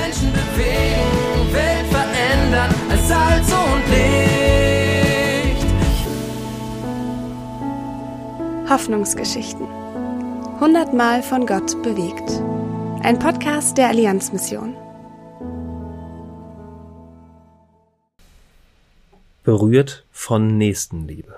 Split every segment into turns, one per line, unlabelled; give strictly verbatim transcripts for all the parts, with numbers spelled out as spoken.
Menschen bewegen, Welt verändern, als Salz und Licht.
Hoffnungsgeschichten. Hundertmal von Gott bewegt. Ein Podcast der Allianzmission.
Berührt von Nächstenliebe.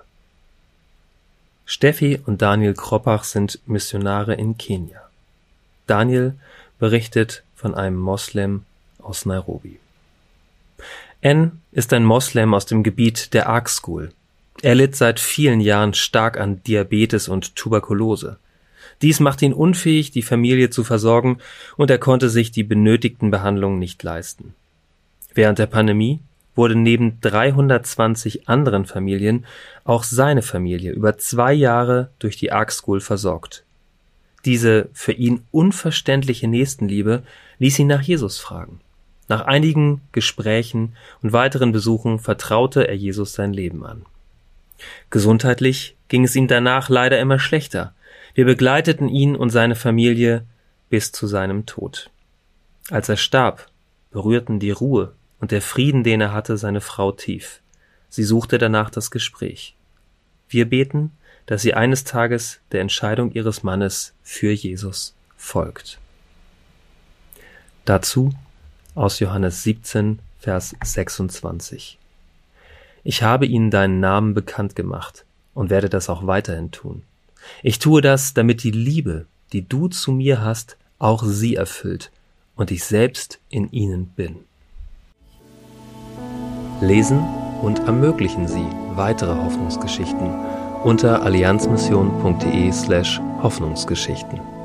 Steffi und Daniel Kroppach sind Missionare in Kenia. Daniel berichtet von einem Moslem aus Nairobi. N ist ein Moslem aus dem Gebiet der Ark School. Er litt seit vielen Jahren stark an Diabetes und Tuberkulose. Dies macht ihn unfähig, die Familie zu versorgen, und er konnte sich die benötigten Behandlungen nicht leisten. Während der Pandemie wurde neben dreihundertzwanzig anderen Familien auch seine Familie über zwei Jahre durch die Ark School versorgt. Diese für ihn unverständliche Nächstenliebe ließ ihn nach Jesus fragen. Nach einigen Gesprächen und weiteren Besuchen vertraute er Jesus sein Leben an. Gesundheitlich ging es ihm danach leider immer schlechter. Wir begleiteten ihn und seine Familie bis zu seinem Tod. Als er starb, berührten die Ruhe und der Frieden, den er hatte, seine Frau tief. Sie suchte danach das Gespräch. Wir beten, dass sie eines Tages der Entscheidung ihres Mannes für Jesus folgt. Dazu aus Johannes siebzehn, Vers sechsundzwanzig. Ich habe ihnen deinen Namen bekannt gemacht und werde das auch weiterhin tun. Ich tue das, damit die Liebe, die du zu mir hast, auch sie erfüllt und ich selbst in ihnen bin. Lesen und ermöglichen Sie weitere Hoffnungsgeschichten unter allianzmission punkt de slash Hoffnungsgeschichten.